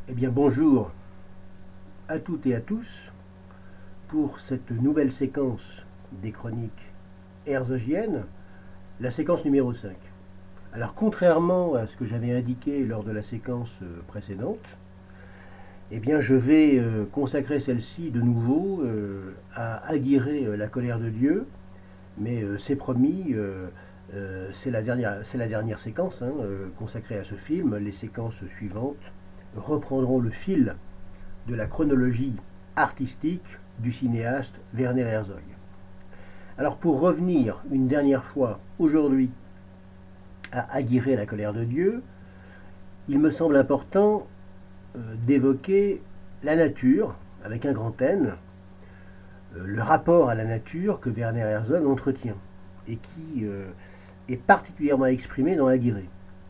Eh bien bonjour à toutes et à tous pour cette nouvelle séquence des chroniques herzogiennes, la séquence numéro 5. Alors contrairement à ce que j'avais indiqué lors de la séquence précédente, eh bien je vais consacrer celle-ci de nouveau à aguirer la colère de Dieu, mais c'est promis, c'est la dernière séquence consacrée à ce film. Les séquences suivantes reprendront le fil de la chronologie artistique du cinéaste Werner Herzog. Alors pour revenir une dernière fois aujourd'hui à aguirer la colère de Dieu, il me semble important d'évoquer la nature avec un grand N, le rapport à la nature que Werner Herzog entretient et qui est particulièrement exprimé dans Aguirre.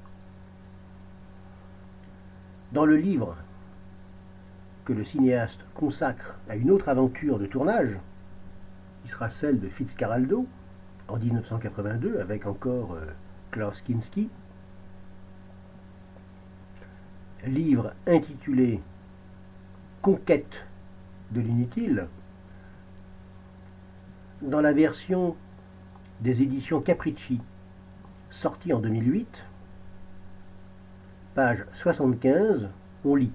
Dans le livre que le cinéaste consacre à une autre aventure de tournage, qui sera celle de Fitzcarraldo en 1982 avec encore Klaus Kinski, livre intitulé Conquête de l'inutile, dans la version des éditions Capricci, sortie en 2008, page 75, on lit: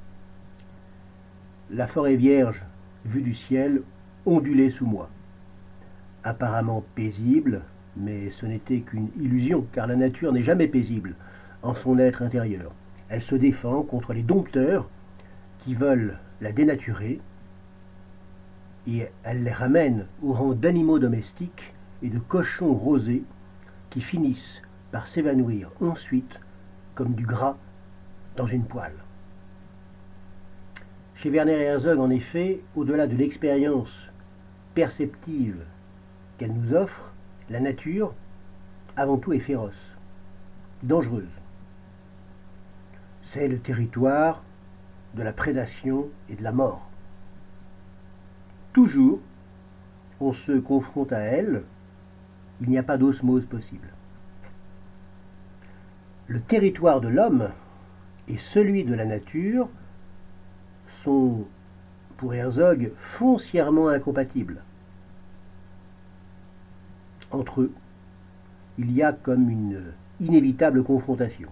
La forêt vierge, vue du ciel, ondulait sous moi. Apparemment paisible, mais ce n'était qu'une illusion, car la nature n'est jamais paisible en son être intérieur. Elle se défend contre les dompteurs qui veulent la dénaturer, et elle les ramène au rang d'animaux domestiques et de cochons rosés qui finissent par s'évanouir ensuite comme du gras dans une poêle. Chez Werner Herzog, en effet, au-delà de l'expérience perceptive qu'elle nous offre, la nature, avant tout, est féroce, dangereuse. C'est le territoire de la prédation et de la mort. Toujours, on se confronte à elle, il n'y a pas d'osmose possible. Le territoire de l'homme et celui de la nature sont, pour Herzog, foncièrement incompatibles. Entre eux, il y a comme une inévitable confrontation.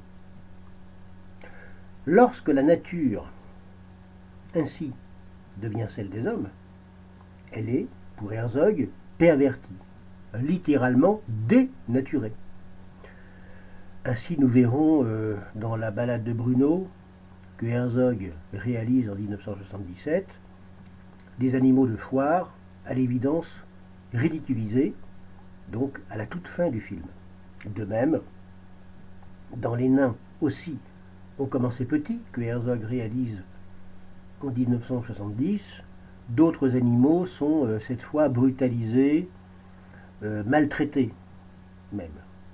Lorsque la nature, ainsi, devient celle des hommes, elle est, pour Herzog, pervertie, littéralement dénaturée. Ainsi, nous verrons dans la Ballade de Bruno, que Herzog réalise en 1977, des animaux de foire, à l'évidence ridiculisés, donc à la toute fin du film. De même, dans Les nains aussi ont commencé petits, que Herzog réalise en 1970, d'autres animaux sont cette fois brutalisés, maltraités même.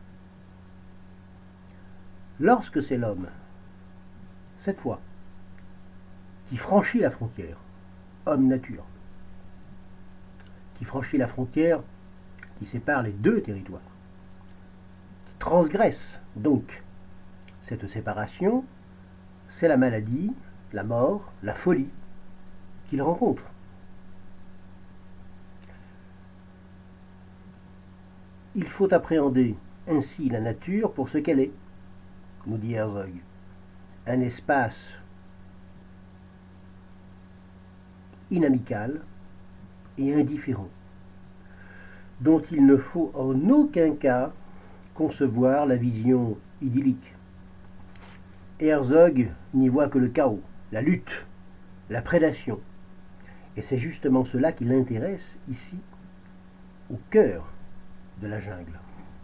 Lorsque c'est l'homme, cette fois, qui franchit la frontière, homme-nature, qui franchit la frontière qui sépare les deux territoires, qui transgresse donc cette séparation, c'est la maladie, la mort, la folie qu'il rencontre. Il faut appréhender ainsi la nature pour ce qu'elle est, nous dit Herzog. Un espace inamical et indifférent, dont il ne faut en aucun cas concevoir la vision idyllique. Herzog n'y voit que le chaos, la lutte, la prédation. Et c'est justement cela qui l'intéresse ici, au cœur de la jungle.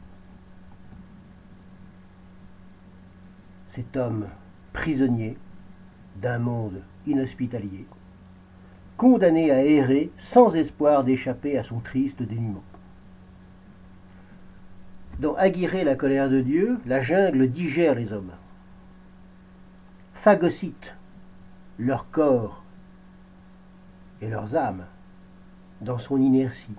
Cet homme prisonnier d'un monde inhospitalier, condamné à errer sans espoir d'échapper à son triste dénûment. Dans Aguirre, la colère de Dieu, la jungle digère les hommes, phagocyte leur corps et leurs âmes dans son inertie.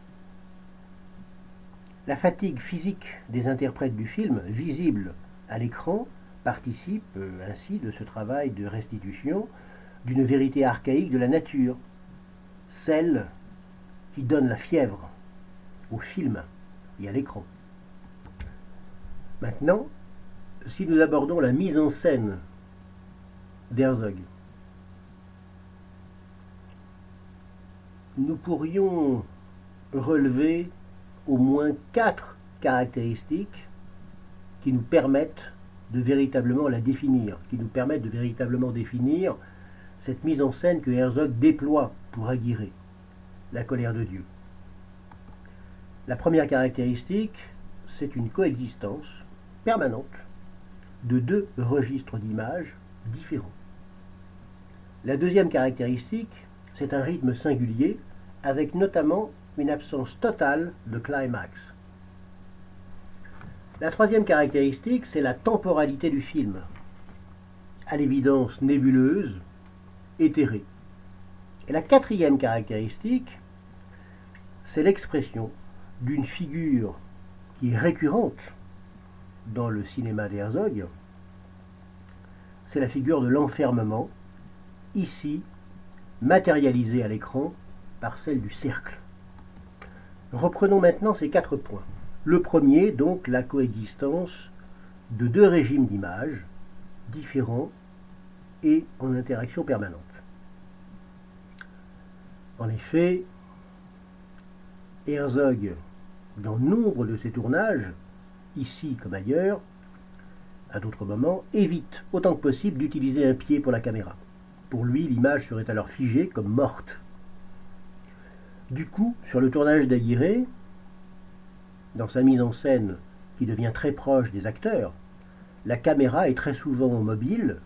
La fatigue physique des interprètes du film, visible à l'écran, participe ainsi de ce travail de restitution d'une vérité archaïque de la nature, celle qui donne la fièvre au film et à l'écran. Maintenant, si nous abordons la mise en scène d'Herzog, nous pourrions relever au moins 4 caractéristiques qui nous permettent de véritablement la définir, qui nous permettent de véritablement définir cette mise en scène que Herzog déploie pour Aguirre, la colère de Dieu. La première caractéristique, c'est une coexistence permanente de 2 registres d'images différents. La deuxième caractéristique, c'est un rythme singulier, avec notamment une absence totale de climax. La troisième caractéristique, c'est la temporalité du film, à l'évidence nébuleuse, éthérée. Et la quatrième caractéristique, c'est l'expression d'une figure qui est récurrente dans le cinéma d'Herzog, c'est la figure de l'enfermement, ici matérialisée à l'écran par celle du cercle. Reprenons maintenant ces 4 points. Le premier, donc, la coexistence de 2 régimes d'images différents et en interaction permanente. En effet, Herzog, dans nombre de ses tournages, ici comme ailleurs, à d'autres moments, évite autant que possible d'utiliser un pied pour la caméra. Pour lui, l'image serait alors figée comme morte. Du coup, sur le tournage d'Aguirre, dans sa mise en scène qui devient très proche des acteurs, la caméra est très souvent mobile,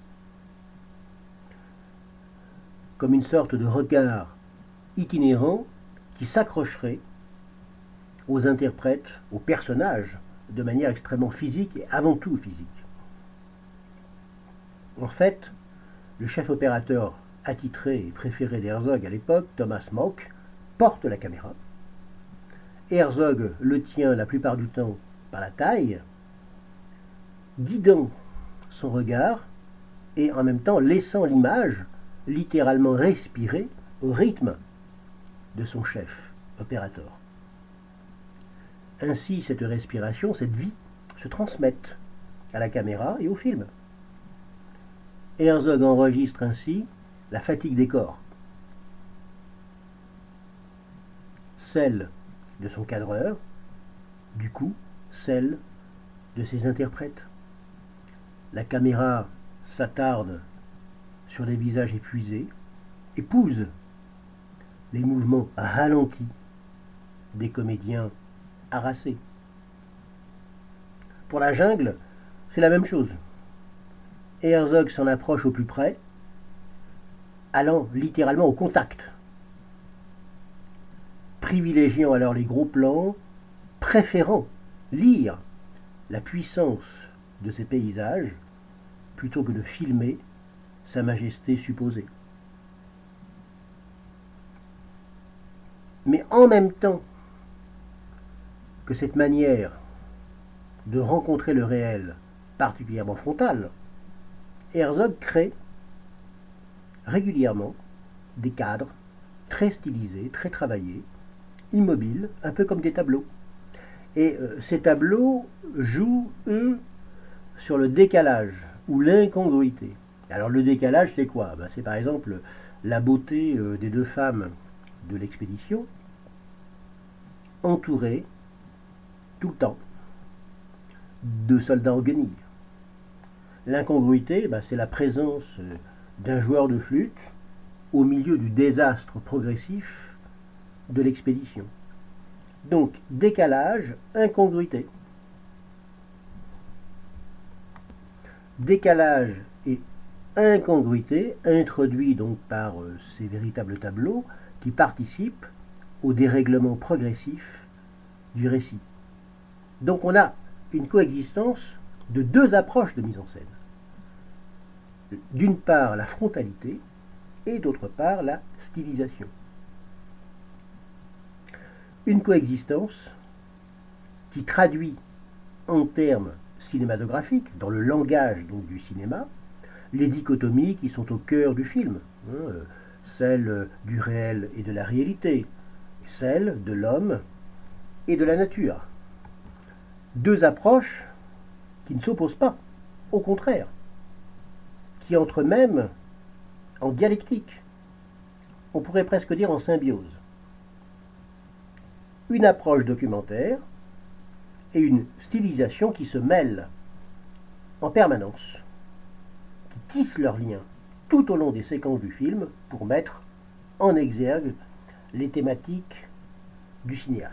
comme une sorte de regard itinérant qui s'accrocherait aux interprètes, aux personnages, de manière extrêmement physique et avant tout physique. En fait, le chef opérateur attitré et préféré d'Herzog à l'époque, Thomas Mock, porte la caméra. Herzog le tient la plupart du temps par la taille, guidant son regard et en même temps laissant l'image littéralement respirer au rythme de son chef opérateur. Ainsi, cette respiration, cette vie, se transmettent à la caméra et au film. Herzog enregistre ainsi la fatigue des corps, celle de son cadreur, du coup, celle de ses interprètes. La caméra s'attarde sur les visages épuisés, épouse les mouvements ralentis des comédiens harassés. Pour la jungle, c'est la même chose. Herzog s'en approche au plus près, allant littéralement au contact, privilégiant alors les gros plans, préférant lire la puissance de ces paysages plutôt que de filmer sa majesté supposée. Mais en même temps que cette manière de rencontrer le réel particulièrement frontale, Herzog crée régulièrement des cadres très stylisés, très travaillés, immobiles, un peu comme des tableaux. Et ces tableaux jouent, eux, sur le décalage ou l'incongruité. Alors le décalage, c'est quoi? C'est par exemple la beauté des 2 femmes de l'expédition, entourées tout le temps de soldats en guenilles. L'incongruité, c'est la présence d'un joueur de flûte au milieu du désastre progressif de l'expédition. Donc, décalage, incongruité. Décalage et incongruité introduits donc par ces véritables tableaux qui participent au dérèglement progressif du récit. Donc on a une coexistence de 2 approches de mise en scène. D'une part la frontalité et d'autre part la stylisation. Une coexistence qui traduit en termes cinématographique, dans le langage donc, du cinéma, les dichotomies qui sont au cœur du film, celle du réel et de la réalité, celle de l'homme et de la nature. Deux approches qui ne s'opposent pas, au contraire, qui entrent même en dialectique, on pourrait presque dire en symbiose. Une approche documentaire et une stylisation qui se mêlent en permanence, qui tissent leurs liens tout au long des séquences du film pour mettre en exergue les thématiques du cinéaste.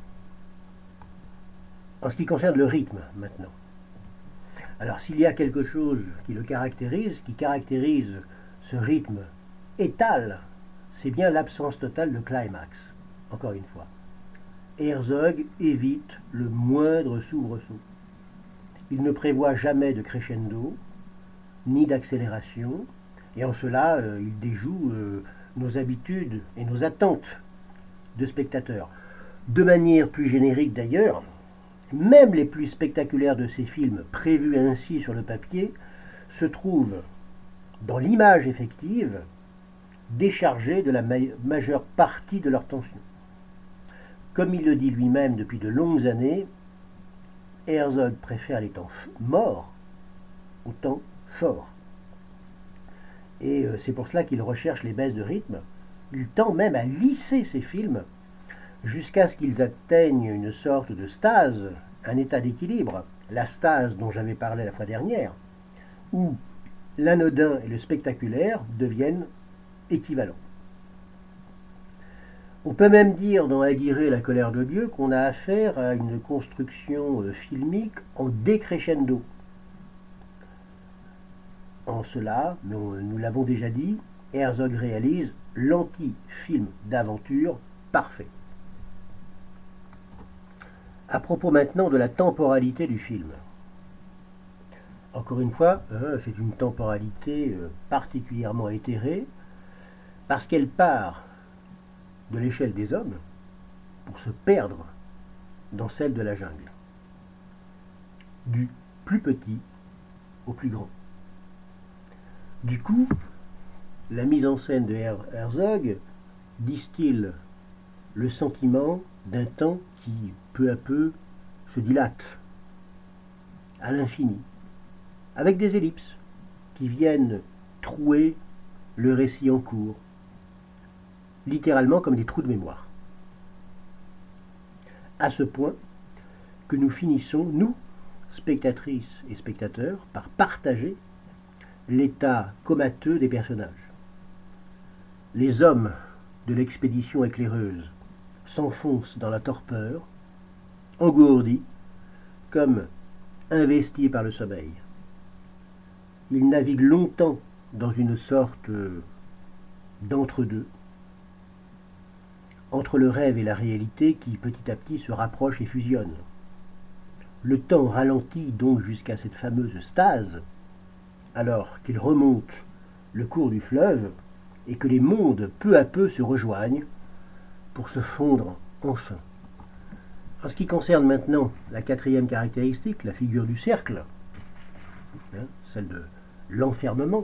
En ce qui concerne le rythme maintenant, alors s'il y a quelque chose qui le caractérise, qui caractérise ce rythme étal, c'est bien l'absence totale de climax, encore une fois. Herzog évite le moindre soubresaut. Il ne prévoit jamais de crescendo, ni d'accélération, et en cela, il déjoue nos habitudes et nos attentes de spectateurs. De manière plus générique d'ailleurs, même les plus spectaculaires de ces films, prévus ainsi sur le papier, se trouvent dans l'image effective déchargés de la majeure partie de leur tension. Comme il le dit lui-même depuis de longues années, Herzog préfère les temps morts aux temps forts. Et c'est pour cela qu'il recherche les baisses de rythme. Il tend même à lisser ses films jusqu'à ce qu'ils atteignent une sorte de stase, un état d'équilibre, la stase dont j'avais parlé la fois dernière, où l'anodin et le spectaculaire deviennent équivalents. On peut même dire dans Aguirre, la colère de Dieu, qu'on a affaire à une construction filmique en décrescendo. En cela, nous l'avons déjà dit, Herzog réalise l'anti-film d'aventure parfait. À propos maintenant de la temporalité du film. Encore une fois, c'est une temporalité particulièrement éthérée, parce qu'elle part de l'échelle des hommes pour se perdre dans celle de la jungle. Du plus petit au plus grand. Du coup, la mise en scène de Herzog distille le sentiment d'un temps qui, peu à peu, se dilate à l'infini, avec des ellipses qui viennent trouer le récit en cours, littéralement comme des trous de mémoire. À ce point que nous finissons, nous, spectatrices et spectateurs, par partager l'état comateux des personnages. Les hommes de l'expédition éclaireuse s'enfoncent dans la torpeur, engourdis, comme investis par le sommeil. Ils naviguent longtemps dans une sorte d'entre-deux, entre le rêve et la réalité qui petit à petit se rapprochent et fusionnent. Le temps ralentit donc jusqu'à cette fameuse stase, alors qu'ils remontent le cours du fleuve et que les mondes peu à peu se rejoignent pour se fondre enfin. En ce qui concerne maintenant la quatrième caractéristique, la figure du cercle, celle de l'enfermement,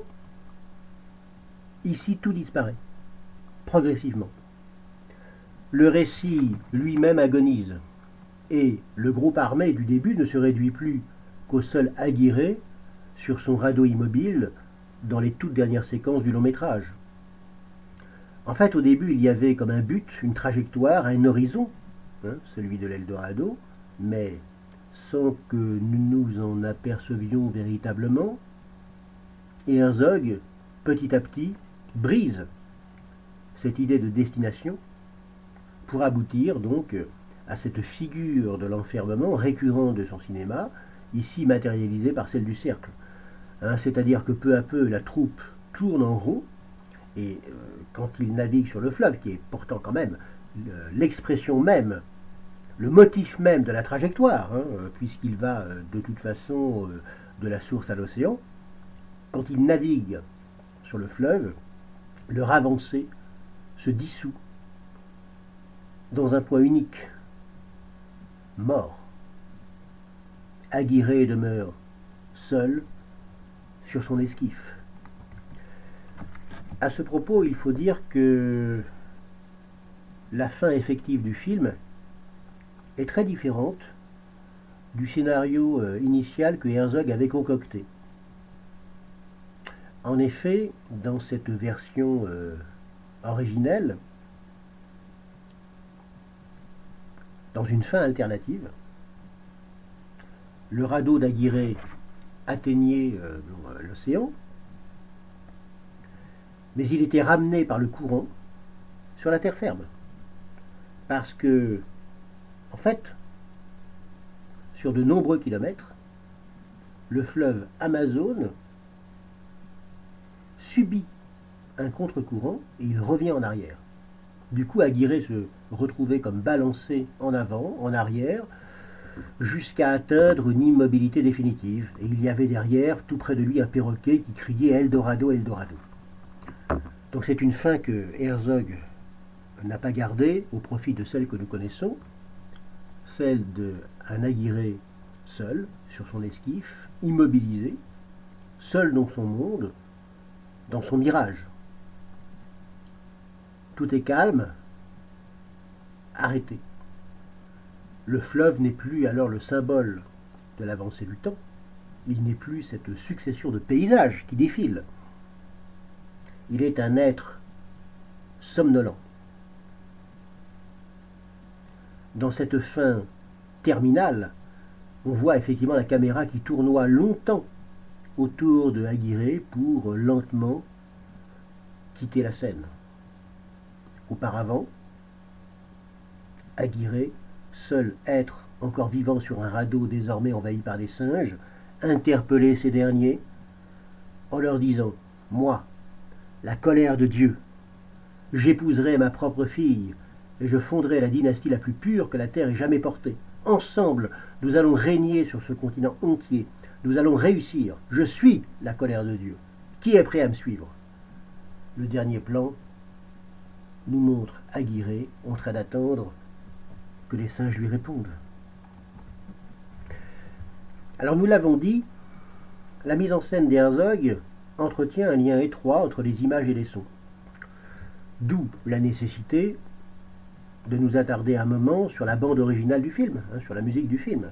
ici tout disparaît, progressivement. Le récit lui-même agonise, et le groupe armé du début ne se réduit plus qu'au seul Aguirre sur son radeau immobile dans les toutes dernières séquences du long métrage. En fait, au début, il y avait comme un but, une trajectoire, un horizon, celui de l'Eldorado, mais sans que nous nous en apercevions véritablement, et Herzog, petit à petit, brise cette idée de destination pour aboutir donc à cette figure de l'enfermement récurrent de son cinéma, ici matérialisée par celle du cercle. C'est-à-dire que peu à peu la troupe tourne en rond, et quand il navigue sur le fleuve, qui est pourtant quand même l'expression même, le motif même de la trajectoire, puisqu'il va de toute façon de la source à l'océan, quand il navigue sur le fleuve, leur avancée se dissout dans un point unique, mort. Aguirre demeure seul sur son esquif. À ce propos, il faut dire que la fin effective du film est très différente du scénario initial que Herzog avait concocté. En effet, dans cette version originelle, dans une fin alternative, le radeau d'Aguirre atteignait l'océan, mais il était ramené par le courant sur la terre ferme. Parce que, en fait, sur de nombreux kilomètres, le fleuve Amazone subit un contre-courant et il revient en arrière. Du coup, Aguirre se retrouvait comme balancé en avant, en arrière, jusqu'à atteindre une immobilité définitive. Et il y avait derrière, tout près de lui, un perroquet qui criait Eldorado, Eldorado. Donc c'est une fin que Herzog n'a pas gardée au profit de celle que nous connaissons, celle d'un Aguirre seul, sur son esquif, immobilisé, seul dans son monde, dans son mirage. Tout est calme, arrêté. Le fleuve n'est plus alors le symbole de l'avancée du temps, il n'est plus cette succession de paysages qui défilent. Il est un être somnolent. Dans cette fin terminale, on voit effectivement la caméra qui tournoie longtemps autour de Aguirre pour lentement quitter la scène. Auparavant, Aguirre, seul être encore vivant sur un radeau désormais envahi par des singes, interpellait ces derniers en leur disant « Moi, la colère de Dieu, j'épouserai ma propre fille et je fonderai la dynastie la plus pure que la terre ait jamais portée. Ensemble, nous allons régner sur ce continent entier. Nous allons réussir. Je suis la colère de Dieu. Qui est prêt à me suivre ?» Le dernier plan nous montre Aguirre en train d'attendre que les singes lui répondent. Alors nous l'avons dit, la mise en scène d'Herzog entretient un lien étroit entre les images et les sons. D'où la nécessité de nous attarder un moment sur la bande originale du film, sur la musique du film.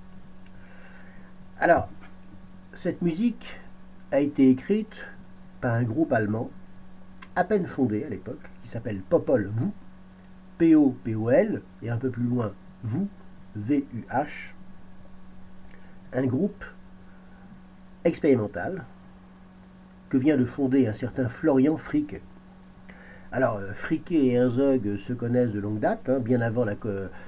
Alors, cette musique a été écrite par un groupe allemand, à peine fondé à l'époque, qui s'appelle Popol Vuh, P-O-P-O-L, et un peu plus loin, Vuh, V-U-H, un groupe expérimental que vient de fonder un certain Florian Fricke. Alors, Fricke et Herzog se connaissent de longue date, bien avant la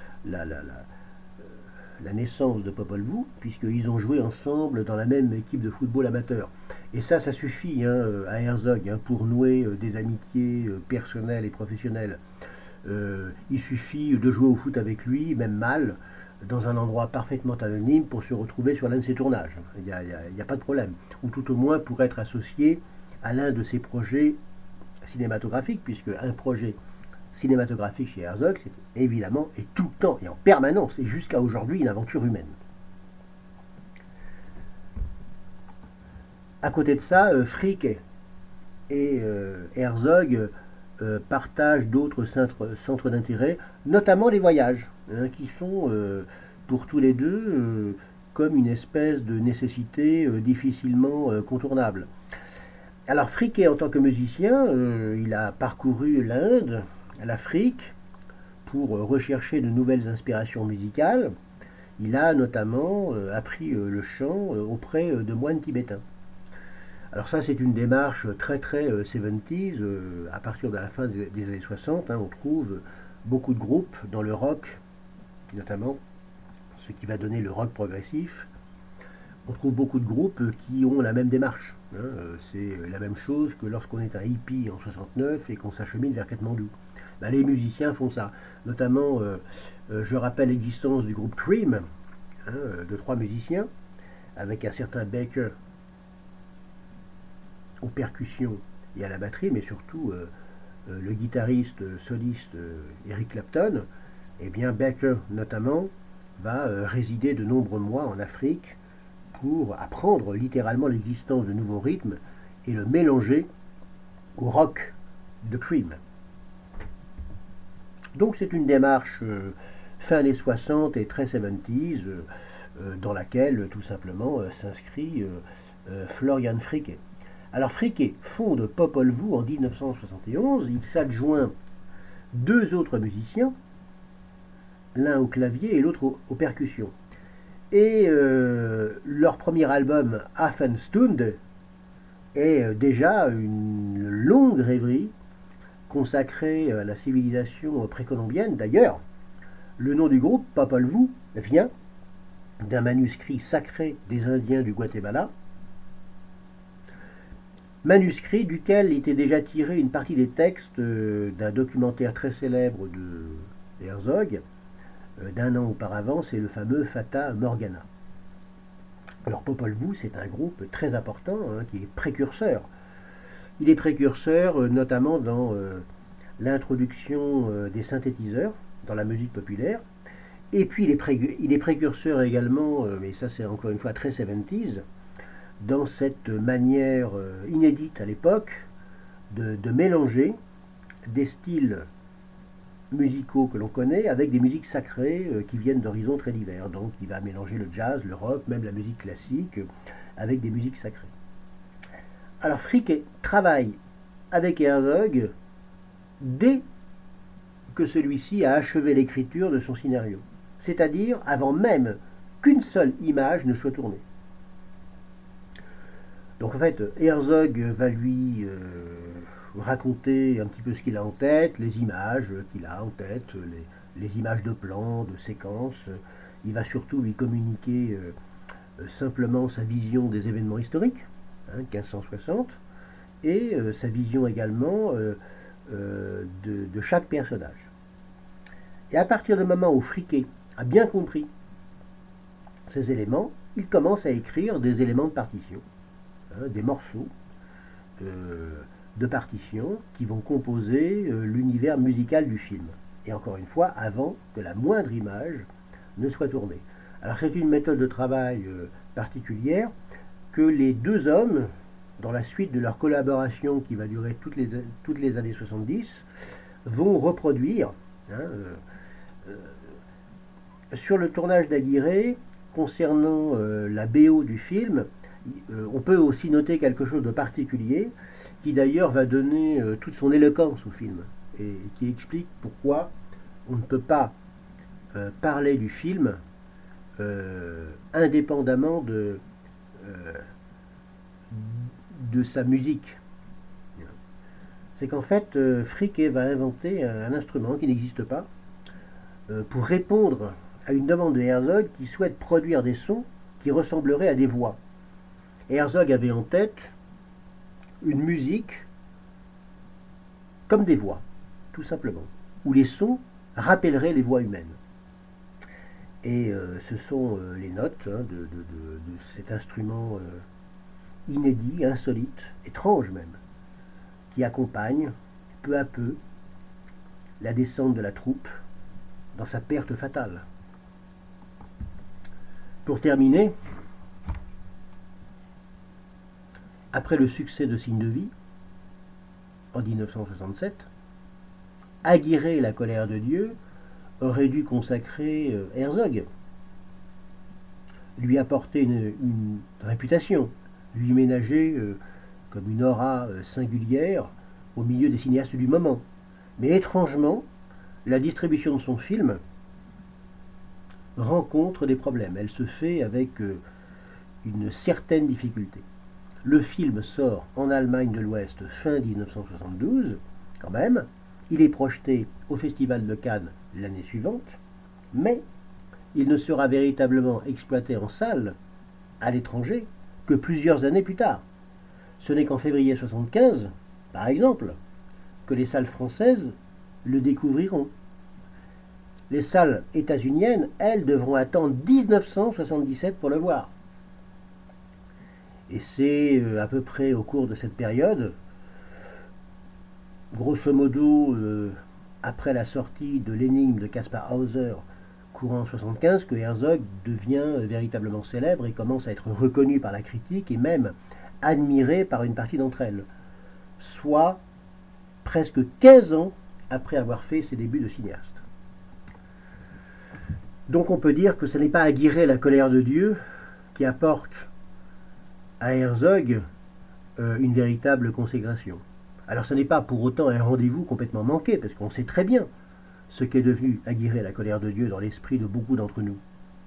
naissance de Popol Vuh, puisqu'ils ont joué ensemble dans la même équipe de football amateur. Et ça suffit à Herzog pour nouer des amitiés personnelles et professionnelles. Il suffit de jouer au foot avec lui, même mal, dans un endroit parfaitement anonyme pour se retrouver sur l'un de ses tournages. Il n'y a pas de problème. Ou tout au moins pour être associé à l'un de ses projets cinématographiques, puisque un projet cinématographique chez Herzog, c'est évidemment et tout le temps et en permanence et jusqu'à aujourd'hui une aventure humaine. À côté de ça, Fricke et Herzog partagent d'autres centres d'intérêt, notamment les voyages, qui sont pour tous les deux comme une espèce de nécessité difficilement contournable. Alors Fricke, en tant que musicien, il a parcouru l'Inde, l'Afrique, pour rechercher de nouvelles inspirations musicales. Il a notamment appris le chant auprès de moines tibétains. Alors ça, c'est une démarche très 70s. À partir de la fin des années 60, on trouve beaucoup de groupes dans le rock, notamment, ce qui va donner le rock progressif. On trouve beaucoup de groupes qui ont la même démarche. C'est la même chose que lorsqu'on est un hippie en 69 et qu'on s'achemine vers Katmandou. Les musiciens font ça. Notamment, je rappelle l'existence du groupe Cream, de 3 musiciens, avec un certain Baker aux percussions et à la batterie, mais surtout le guitariste soliste Eric Clapton. Et bien Baker notamment va résider de nombreux mois en Afrique pour apprendre littéralement l'existence de nouveaux rythmes et le mélanger au rock de Cream. Donc c'est une démarche fin années 60 et très 70s dans laquelle tout simplement s'inscrit Florian Fricke. Alors Fricke fonde Popol Vuh en 1971, il s'adjoint deux autres musiciens, l'un au clavier et l'autre aux percussions. Et leur premier album, Affenstund, est déjà une longue rêverie consacrée à la civilisation précolombienne. D'ailleurs, le nom du groupe, Popol Vuh, vient d'un manuscrit sacré des Indiens du Guatemala, manuscrit duquel était déjà tiré une partie des textes d'un documentaire très célèbre de Herzog, d'un an auparavant, c'est le fameux Fata Morgana. Alors Popol Vuh, c'est un groupe très important qui est précurseur. Il est précurseur notamment dans l'introduction des synthétiseurs dans la musique populaire. Et puis il est précurseur également, mais ça c'est encore une fois très 70s, dans cette manière inédite à l'époque de mélanger des styles musicaux que l'on connaît avec des musiques sacrées qui viennent d'horizons très divers. Donc il va mélanger le jazz, le rock, même la musique classique avec des musiques sacrées. Alors Fricke travaille avec Herzog dès que celui-ci a achevé l'écriture de son scénario, c'est-à-dire avant même qu'une seule image ne soit tournée. Donc en fait, Herzog va lui raconter un petit peu ce qu'il a en tête, les images qu'il a en tête, les images de plans, de séquences. Il va surtout lui communiquer simplement sa vision des événements historiques, 1560, et sa vision également de chaque personnage. Et à partir du moment où Fricke a bien compris ces éléments, il commence à écrire des éléments de partition, des morceaux de partition qui vont composer l'univers musical du film. Et encore une fois, avant que la moindre image ne soit tournée. Alors c'est une méthode de travail particulière que les deux hommes, dans la suite de leur collaboration qui va durer toutes les années 70, vont reproduire. Sur le tournage d'Aguirre, concernant la BO du film, on peut aussi noter quelque chose de particulier qui d'ailleurs va donner toute son éloquence au film et qui explique pourquoi on ne peut pas parler du film indépendamment de sa musique. C'est qu'en fait, Fricke va inventer un instrument qui n'existe pas pour répondre à une demande de Herzog qui souhaite produire des sons qui ressembleraient à des voix. Et Herzog avait en tête une musique comme des voix, tout simplement, où les sons rappelleraient les voix humaines. Et ce sont les notes de cet instrument inédit, insolite, étrange même, qui accompagne peu à peu la descente de la troupe dans sa perte fatale. Pour terminer, après le succès de Signe de vie, en 1967, Aguirre et la colère de Dieu aurait dû consacrer Herzog, lui apporter une réputation, lui ménager comme une aura singulière au milieu des cinéastes du moment. Mais étrangement, la distribution de son film rencontre des problèmes. Elle se fait avec une certaine difficulté. Le film sort en Allemagne de l'Ouest fin 1972, quand même. Il est projeté au Festival de Cannes l'année suivante, mais il ne sera véritablement exploité en salle à l'étranger que plusieurs années plus tard. Ce n'est qu'en février 1975, par exemple, que les salles françaises le découvriront. Les salles états-uniennes, elles, devront attendre 1977 pour le voir. Et c'est à peu près au cours de cette période, grosso modo, après la sortie de l'énigme de Kaspar Hauser courant 75 que Herzog devient véritablement célèbre et commence à être reconnu par la critique et même admiré par une partie d'entre elles, soit presque 15 ans après avoir fait ses débuts de cinéaste. Donc on peut dire que ce n'est pas Aguirre, la colère de Dieu, qui apporte à Herzog une véritable consécration. Alors ce n'est pas pour autant un rendez-vous complètement manqué, parce qu'on sait très bien ce qu'est devenu Aguirre, la colère de Dieu, dans l'esprit de beaucoup d'entre nous.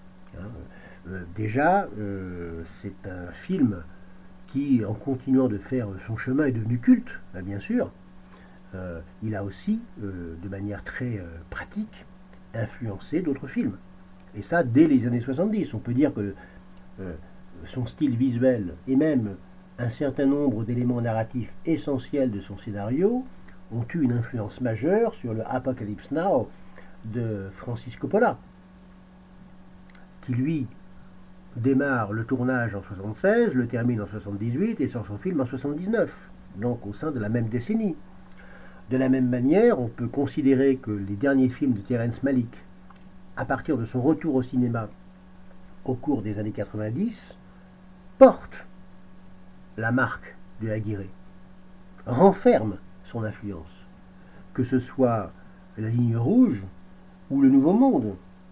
Déjà, c'est un film qui, en continuant de faire son chemin, est devenu culte, bien sûr. Il a aussi, de manière très pratique, influencé d'autres films. Et ça, dès les années 70. On peut dire que son style visuel et même un certain nombre d'éléments narratifs essentiels de son scénario ont eu une influence majeure sur le Apocalypse Now de Francis Coppola, qui lui démarre le tournage en 76, le termine en 78 et sort son film en 79, donc au sein de la même décennie. De la même manière, on peut considérer que les derniers films de Terrence Malick, à partir de son retour au cinéma au cours des années 90, portent la marque de Aguirre, renferment son influence, que ce soit La Ligne Rouge ou Le Nouveau Monde.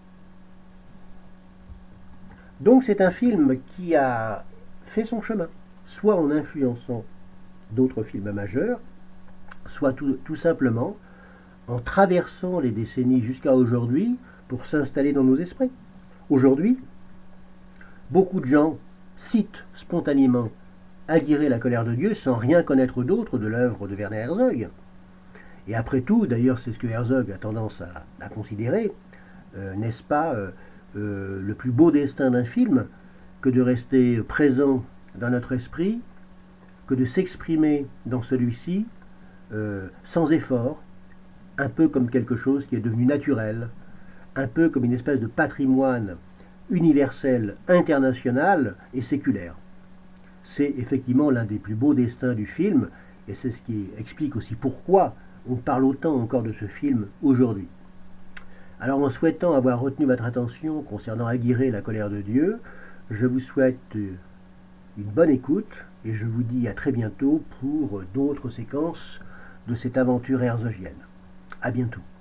Donc c'est un film qui a fait son chemin, soit en influençant d'autres films majeurs, soit tout simplement en traversant les décennies jusqu'à aujourd'hui pour s'installer dans nos esprits. Aujourd'hui, beaucoup de gens citent spontanément Aguirre, la colère de Dieu, sans rien connaître d'autre de l'œuvre de Werner Herzog. Et après tout, d'ailleurs c'est ce que Herzog a tendance à considérer, n'est-ce pas le plus beau destin d'un film que de rester présent dans notre esprit, que de s'exprimer dans celui-ci sans effort, un peu comme quelque chose qui est devenu naturel, un peu comme une espèce de patrimoine universel, international et séculaire. C'est effectivement l'un des plus beaux destins du film, et c'est ce qui explique aussi pourquoi on parle autant encore de ce film aujourd'hui. Alors en souhaitant avoir retenu votre attention concernant Aguirre, la colère de Dieu, je vous souhaite une bonne écoute, et je vous dis à très bientôt pour d'autres séquences de cette aventure herzogienne. À bientôt.